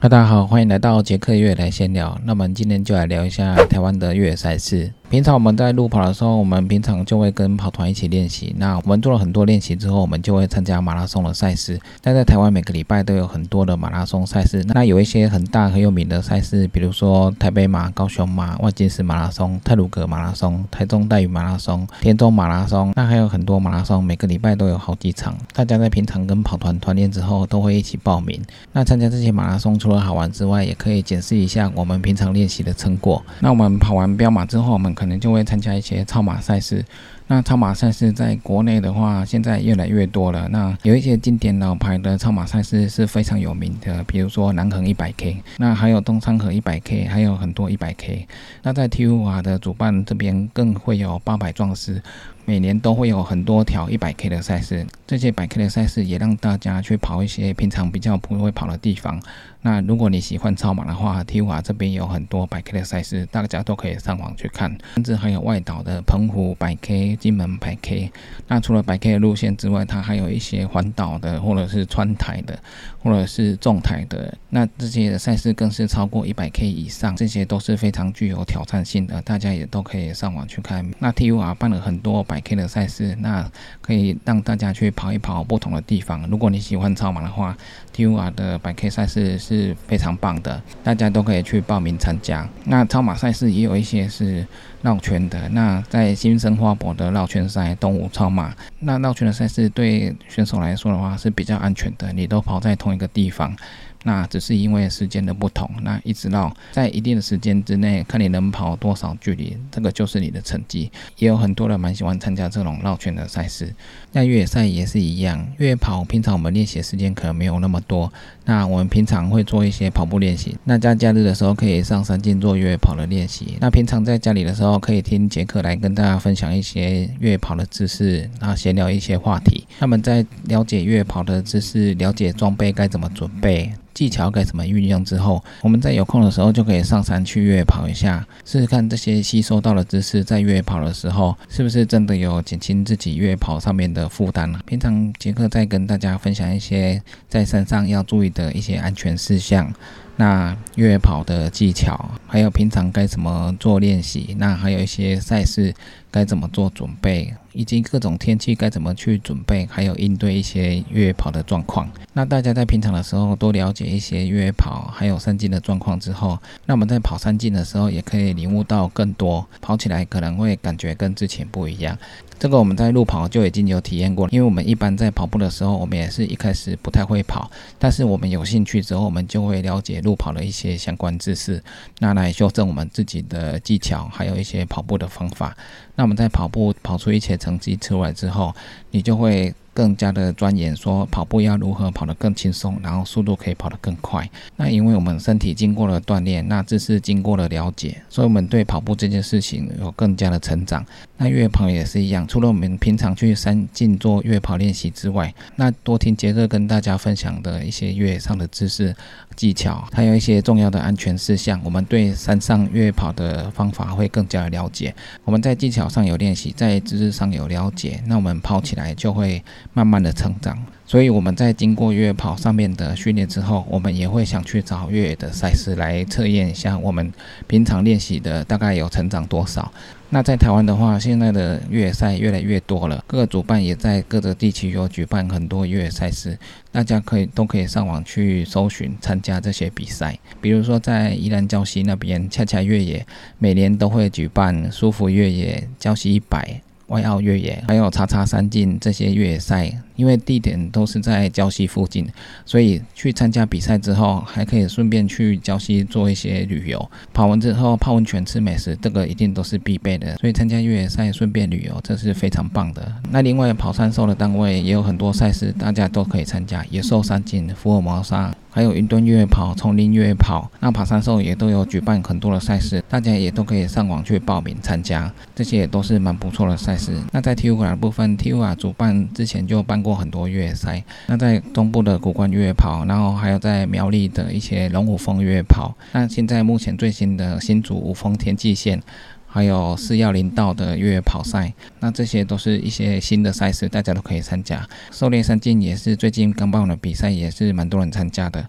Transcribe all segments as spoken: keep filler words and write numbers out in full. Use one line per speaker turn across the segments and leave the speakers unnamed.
大家好，欢迎来到杰克越野来闲聊。那我们今天就来聊一下台湾的越野赛事。平常我们在路跑的时候，我们平常就会跟跑团一起练习。那我们做了很多练习之后，我们就会参加马拉松的赛事。那在台湾每个礼拜都有很多的马拉松赛事。那有一些很大很有名的赛事，比如说台北马、高雄马、万金石马拉松、太鲁阁马拉松、台中带鱼马拉松、田中马拉松。那还有很多马拉松，每个礼拜都有好几场。大家在平常跟跑团团练之后，都会一起报名。那参加这些马拉松，除了好玩之外，也可以检视一下我们平常练习的成果。那我们跑完标马之后，我们可能就会参加一些超马赛事。那超马赛事在国内的话，现在越来越多了。那有一些经典老牌的超马赛事是非常有名的，比如说南横 一百K， 那还有东山河 一百K， 还有很多 一百K。那在 T U R 的主办这边更会有八百壮士，每年都会有很多条 一百K 的赛事。这些 一百K 的赛事也让大家去跑一些平常比较不会跑的地方。那如果你喜欢超马的话， T U R 这边有很多 一百K 的赛事，大家都可以上网去看。甚至还有外岛的澎湖 一百K、金门 一百K。那除了 一百K 的路线之外，它还有一些环岛的，或者是川台的，或者是纵台的。那这些的赛事更是超过 一百K 以上，这些都是非常具有挑战性的，大家也都可以上网去看。那 T U R 办了很多 一百K 的赛事，那可以让大家去跑一跑不同的地方。如果你喜欢超马的话， T U R 的 一百K 赛事是非常棒的，大家都可以去报名参加。那超马赛事也有一些是绕圈的，那在新生花博的绕圈赛、东吴超马，那绕圈的赛事对选手来说的话是比较安全的，你都跑在同一个地方。那只是因为时间的不同，那一直绕在一定的时间之内，看你能跑多少距离，这个就是你的成绩。也有很多人蛮喜欢参加这种绕圈的赛事。那越野赛也是一样，越野跑平常我们练习的时间可能没有那么多，那我们平常会做一些跑步练习。那在假日的时候可以上山径做越野跑的练习。那平常在家里的时候可以听杰克来跟大家分享一些越野跑的知识，然后闲聊一些话题。那么在了解越野跑的知识，了解装备该怎么准备，技巧该怎么运用之后，我们在有空的时候就可以上山去越野跑一下，试试看这些吸收到的知识在越野跑的时候是不是真的有减轻自己越野跑上面的负担。平常杰克在跟大家分享一些在山上要注意的一些安全事项，那越野跑的技巧，还有平常该怎么做练习，那还有一些赛事该怎么做准备，以及各种天气该怎么去准备，还有应对一些越野跑的状况。那大家在平常的时候多了解一些越野跑还有山径的状况之后，那我们在跑山径的时候也可以领悟到更多，跑起来可能会感觉跟之前不一样。这个我们在路跑就已经有体验过，因为我们一般在跑步的时候，我们也是一开始不太会跑，但是我们有兴趣之后，我们就会了解路跑的一些相关知识，那来修正我们自己的技巧，还有一些跑步的方法。那我们在跑步跑出一些成绩出来之后，你就会更加的钻研说跑步要如何跑得更轻松，然后速度可以跑得更快。那因为我们身体经过了锻炼，那知识经过了了解，所以我们对跑步这件事情有更加的成长。那越野跑也是一样，除了我们平常去山径做越野跑练习之外，那多听杰克跟大家分享的一些越野上的知识技巧，还有一些重要的安全事项，我们对山上越野跑的方法会更加的了解。我们在技巧上有练习，在知识上有了解，那我们跑起来就会慢慢的成长。所以我们在经过越野跑上面的训练之后，我们也会想去找越野的赛事来测验一下我们平常练习的大概有成长多少。那在台湾的话，现在的越野赛越来越多了，各个主办也在各个地区有举办很多越野赛事，大家可以都可以上网去搜寻参加这些比赛。比如说在宜兰礁溪那边，恰恰越野每年都会举办舒服越野、礁溪一百、外澳越野，还有叉叉山径这些越野赛，因为地点都是在礁溪附近，所以去参加比赛之后，还可以顺便去礁溪做一些旅游。跑完之后泡温泉吃美食，这个一定都是必备的，所以参加越野赛顺便旅游，这是非常棒的。那另外跑山兽的单位也有很多赛事，大家都可以参加，野兽山径、福尔摩沙，还有云端越野跑、丛林越野跑，那爬山兽也都有举办很多的赛事，大家也都可以上网去报名参加，这些也都是蛮不错的赛事。那在 T U R 的部分 ，T U R 主办之前就办过很多越野赛，那在中部的古关越野跑，然后还有在苗栗的一些龙虎峰越野跑，那现在目前最新的新竹五峰天际线，还有四一零道的越野跑赛，那这些都是一些新的赛事，大家都可以参加。狩猎山径也是最近刚办的比赛，也是蛮多人参加的。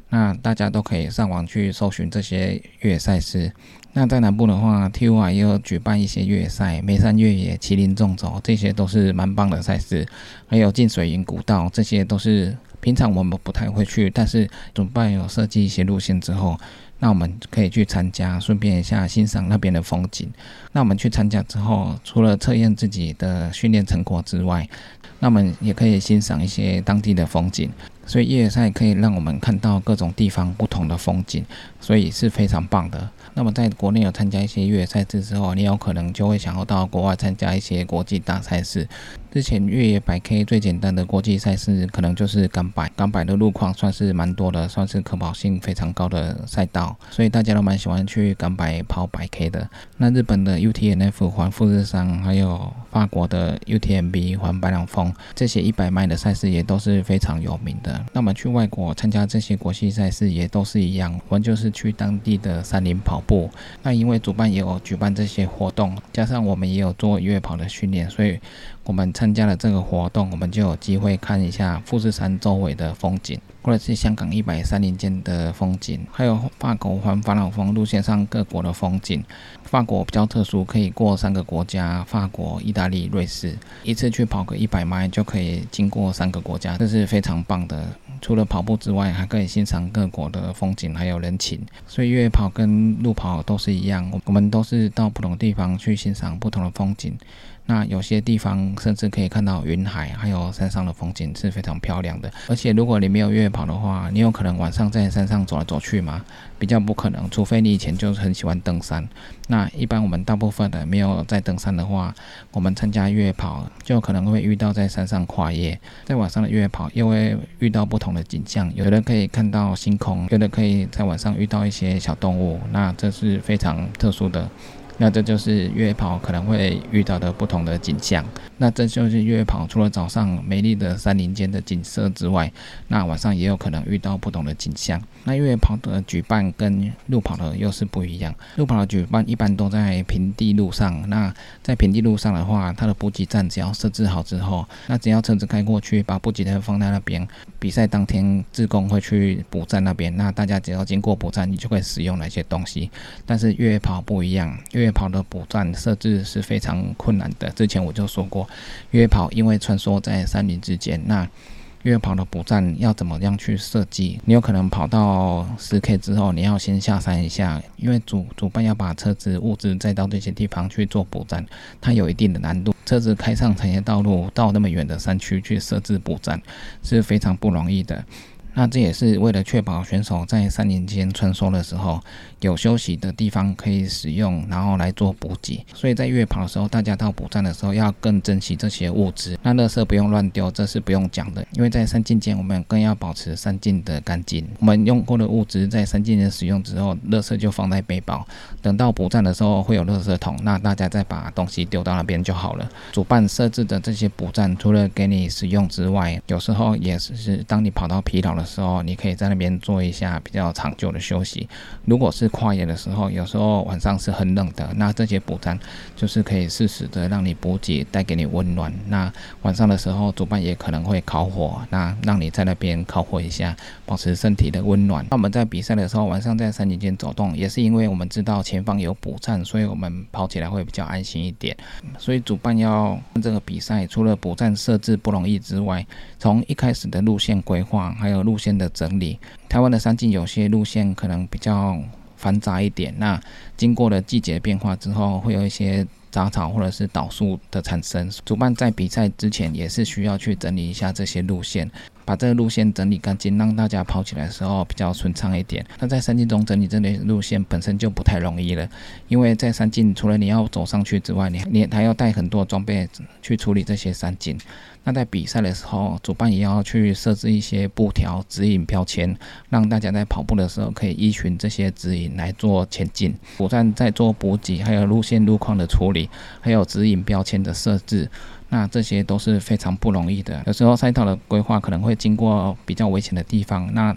那大家都可以上网去搜寻这些越野赛事。那在南部的话 ，T U R 也有举办一些越野赛，梅山越野、麒麟纵走，这些都是蛮棒的赛事。还有浸水营古道，这些都是平常我们不太会去，但是主办有设计一些路线之后，那我们可以去参加，顺便一下欣赏那边的风景。那我们去参加之后，除了测验自己的训练成果之外，那我们也可以欣赏一些当地的风景。所以越野赛可以让我们看到各种地方不同的风景，所以是非常棒的。那么在国内有参加一些越野赛事之后，你有可能就会想要到国外参加一些国际大赛事。之前越野百 K 最简单的国际赛事可能就是港百，港百的路况算是蛮多的，算是可跑性非常高的赛道，所以大家都蛮喜欢去港百跑百 K 的。那日本的 U T M F 环富士山，还有法国的 U T M B 环白朗峰，这些一百迈的赛事也都是非常有名的。那么去外国参加这些国际赛事也都是一样，我们就是去当地的山林跑步。那因为主办也有举办这些活动，加上我们也有做越野跑的训练，所以我们参加了这个活动，我们就有机会看一下富士山周围的风景，或者是香港一百山林间的风景，还有法国环法朗峰路线上各国的风景。法国比较特殊，可以过三个国家，法国、意大利、瑞士，一次去跑个一百迈就可以经过三个国家，这是非常棒的。除了跑步之外，还可以欣赏各国的风景还有人情。所以越野跑跟路跑都是一样，我们都是到不同的地方去欣赏不同的风景。那有些地方甚至可以看到云海，还有山上的风景是非常漂亮的。而且如果你没有越野跑的话，你有可能晚上在山上走来走去吗？比较不可能，除非你以前就很喜欢登山。那一般我们大部分的没有在登山的话，我们参加越野跑就可能会遇到在山上跨夜，在晚上的越野跑又会遇到不同的景象，有的可以看到星空，有的可以在晚上遇到一些小动物，那这是非常特殊的。那这就是越野跑可能会遇到的不同的景象。那这就是越野跑除了早上美丽的山林间的景色之外，那晚上也有可能遇到不同的景象。那越野跑的举办跟路跑的又是不一样。路跑的举办一般都在平地路上，那在平地路上的话，它的补给站只要设置好之后，那只要车子开过去，把补给站放在那边，比赛当天志工会去补站那边，那大家只要经过补站，你就会使用那些东西。但是越野跑不一样，越野跑的补站设置是非常困难的。之前我就说过，越野跑因为穿梭在山林之间，那越野跑的补站要怎么样去设计？你有可能跑到 十 K 之后，你要先下山一下，因为主主办要把车子物资载到这些地方去做补站，它有一定的难度。车子开上产业道路，到那么远的山区去设置补站，是非常不容易的。那这也是为了确保选手在山林间穿梭的时候有休息的地方可以使用，然后来做补给。所以在越野跑的时候，大家到补站的时候要更珍惜这些物资。那垃圾不用乱丢，这是不用讲的，因为在山径间我们更要保持山径的干净。我们用过的物质在山径间使用之后，垃圾就放在背包，等到补站的时候会有垃圾桶，那大家再把东西丢到那边就好了。主办设置的这些补站除了给你使用之外，有时候也是当你跑到疲劳的时候，你可以在那边做一下比较长久的休息。如果是跨野的时候，有时候晚上是很冷的，那这些补站就是可以适时的让你补给，带给你温暖。那晚上的时候主办也可能会烤火，那让你在那边烤火一下，保持身体的温暖。那我们在比赛的时候晚上在山林间走动，也是因为我们知道前方有补站，所以我们跑起来会比较安心一点。所以主办要这个比赛，除了补站设置不容易之外，从一开始的路线规划还有路线的整理，台湾的山径有些路线可能比较繁杂一点，那经过了季节变化之后，会有一些杂草或者是倒树的产生。主办在比赛之前也是需要去整理一下这些路线，把这个路线整理干净，让大家跑起来的时候比较顺畅一点。那在山径中整理这类路线本身就不太容易了，因为在山径除了你要走上去之外，你你还要带很多装备去处理这些山径。那在比赛的时候，主办也要去设置一些布条、指引标签，让大家在跑步的时候可以依循这些指引来做前进。补站在做补给，还有路线路况的处理，还有指引标签的设置，那这些都是非常不容易的。有时候赛道的规划可能会经过比较危险的地方，那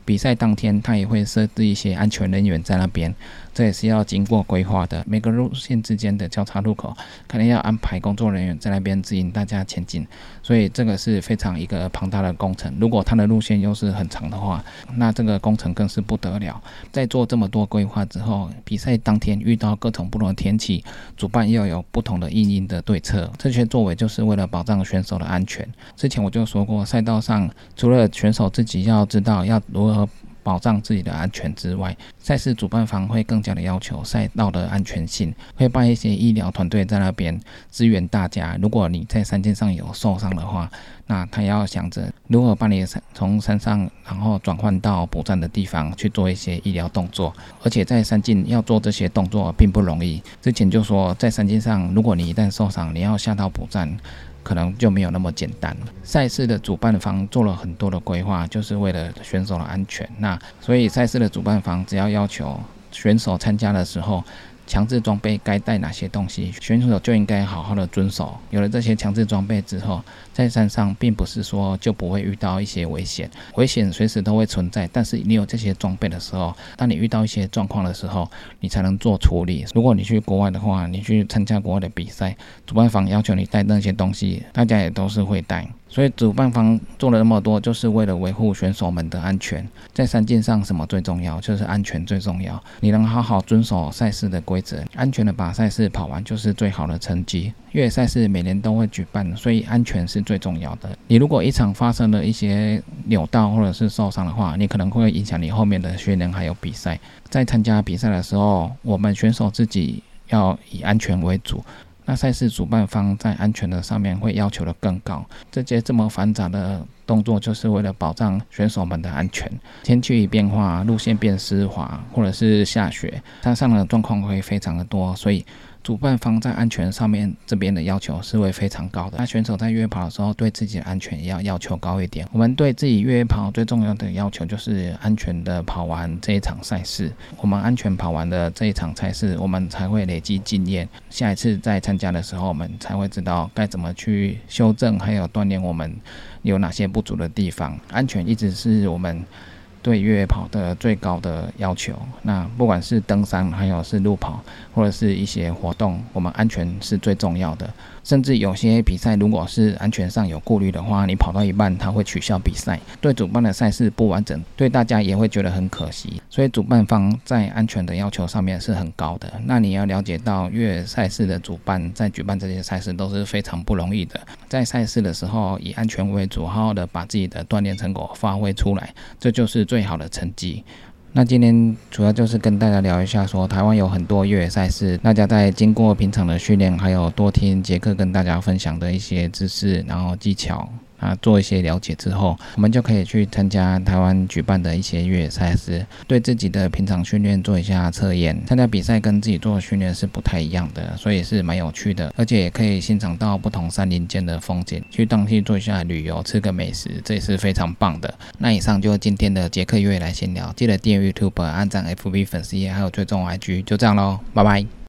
比赛当天他也会设置一些安全人员在那边，这也是要经过规划的。每个路线之间的交叉路口可能要安排工作人员在那边指引大家前进，所以这个是非常一个庞大的工程。如果它的路线又是很长的话，那这个工程更是不得了。在做这么多规划之后，比赛当天遇到各种不同的天气，主办要有不同的因应的对策，这些作为就是为了保障选手的安全。之前我就说过，赛道上除了选手自己要知道要如何保障自己的安全之外，赛事主办方会更加的要求赛道的安全性，会派一些医疗团队在那边支援大家。如果你在山径上有受伤的话，那他要想着如何把你从山上然后转换到补站的地方去做一些医疗动作，而且在山径要做这些动作并不容易。之前就说在山径上，如果你一旦受伤，你要下到补站可能就没有那么简单。赛事的主办方做了很多的规划，就是为了选手的安全。那所以赛事的主办方只要要求选手参加的时候，强制装备该带哪些东西，选手就应该好好的遵守。有了这些强制装备之后，在山上并不是说就不会遇到一些危险，危险随时都会存在，但是你有这些装备的时候，当你遇到一些状况的时候，你才能做处理。如果你去国外的话，你去参加国外的比赛，主办方要求你带那些东西，大家也都是会带。所以主办方做了那么多，就是为了维护选手们的安全。在山径上，什么最重要？就是安全最重要。你能好好遵守赛事的规则，安全的把赛事跑完，就是最好的成绩。越野赛事每年都会举办，所以安全是最重要的。你如果一场发生了一些扭到或者是受伤的话，你可能会影响你后面的训练还有比赛。在参加比赛的时候，我们选手自己要以安全为主。那赛事主办方在安全的上面会要求的更高，这些这么繁杂的动作就是为了保障选手们的安全。天气变化，路线变湿滑，或者是下雪，山上的状况会非常的多，所以主办方在安全上面这边的要求是会非常高的。那选手在越野跑的时候，对自己的安全也要要求高一点。我们对自己越野跑最重要的要求就是安全的跑完这一场赛事。我们安全跑完的这一场赛事，我们才会累积经验。下一次在参加的时候，我们才会知道该怎么去修正，还有锻炼我们有哪些不足的地方。安全一直是我们对越野跑的最高的要求。那不管是登山，还有是路跑，或者是一些活动，我们安全是最重要的。甚至有些比赛如果是安全上有顾虑的话，你跑到一半他会取消比赛，对主办的赛事不完整，对大家也会觉得很可惜。所以主办方在安全的要求上面是很高的。那你要了解到越野赛事的主办在举办这些赛事都是非常不容易的，在赛事的时候以安全为主，好好的把自己的锻炼成果发挥出来，这就是最好的成绩。那今天主要就是跟大家聊一下说台湾有很多越野赛事，大家在经过平常的训练，还有多听杰克跟大家分享的一些知识，然后技巧啊，做一些了解之后，我们就可以去参加台湾举办的一些越野赛事，对自己的平常训练做一下测验。参加比赛跟自己做的训练是不太一样的，所以是蛮有趣的，而且也可以欣赏到不同山林间的风景，去当地做一下旅游，吃个美食，这也是非常棒的。那以上就是今天的杰克越野来闲聊，记得订阅 YouTube、按赞 F B 粉丝页，还有追踪 I G， 就这样咯，拜拜。